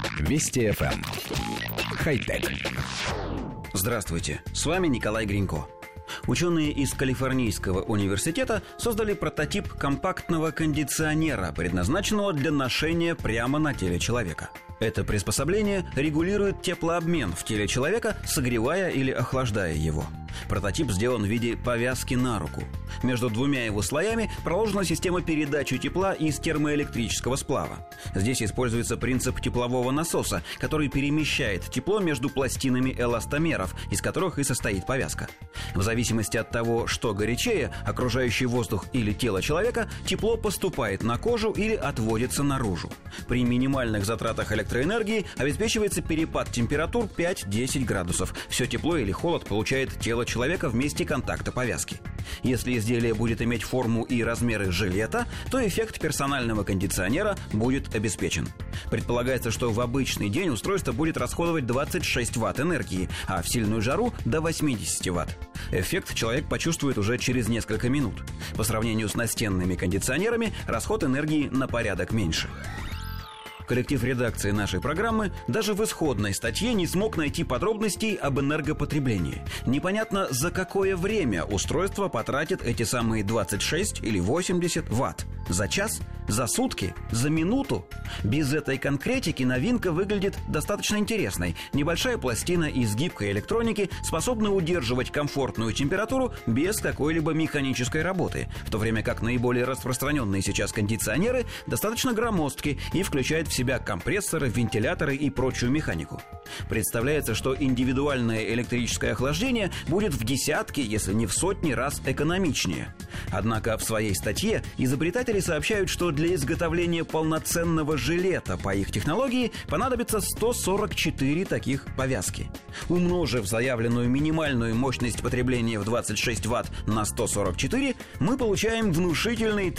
Вести ФМ. Хай-тек. Здравствуйте, с вами Николай Гринько. Ученые из Калифорнийского университета создали прототип компактного кондиционера, предназначенного для ношения прямо на теле человека. Это приспособление регулирует теплообмен в теле человека, согревая или охлаждая его. Прототип сделан в виде повязки на руку. Между двумя его слоями проложена система передачи тепла из термоэлектрического сплава. Здесь используется принцип теплового насоса, который перемещает тепло между пластинами эластомеров, из которых и состоит повязка. В зависимости от того, что горячее, окружающий воздух или тело человека, тепло поступает на кожу или отводится наружу. При минимальных затратах электроэнергии обеспечивается перепад температур 5-10 градусов. Все тепло или холод получает тело человека в месте контакта повязки. Если изделие будет иметь форму и размеры жилета, то эффект персонального кондиционера будет обеспечен. Предполагается, что в обычный день устройство будет расходовать 26 Вт энергии, а в сильную жару до 80 Вт. Эффект человек почувствует уже через несколько минут. По сравнению с настенными кондиционерами, расход энергии на порядок меньше. Коллектив редакции нашей программы даже в исходной статье не смог найти подробностей об энергопотреблении. Непонятно, за какое время устройство потратит эти самые 26 или 80 Ватт. За час? За сутки? За минуту? Без этой конкретики новинка выглядит достаточно интересной. Небольшая пластина из гибкой электроники способна удерживать комфортную температуру без какой-либо механической работы, в то время как наиболее распространенные сейчас кондиционеры достаточно громоздки и включают в себя компрессоры, вентиляторы и прочую механику. Представляется, что индивидуальное электрическое охлаждение будет в десятки, если не в сотни раз экономичнее. Однако в своей статье изобретатели сообщают, что для изготовления полноценного жилета по их технологии понадобится 144 таких повязки. Умножив заявленную минимальную мощность потребления в 26 Вт на 144, мы получаем внушительные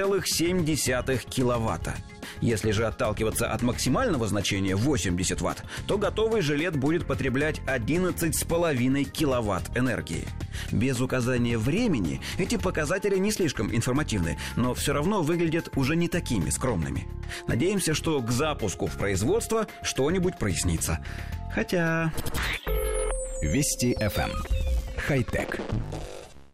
3,7 киловатта. Если же отталкиваться от максимального значения 80 Вт, то готовый жилет будет потреблять 11,5 киловатт энергии. Без указания времени эти показатели не слишком информативны, но все равно выглядят уже не такими скромными. Надеемся, что к запуску в производство что-нибудь прояснится. Хотя... Вести ФМ. Хай-тек.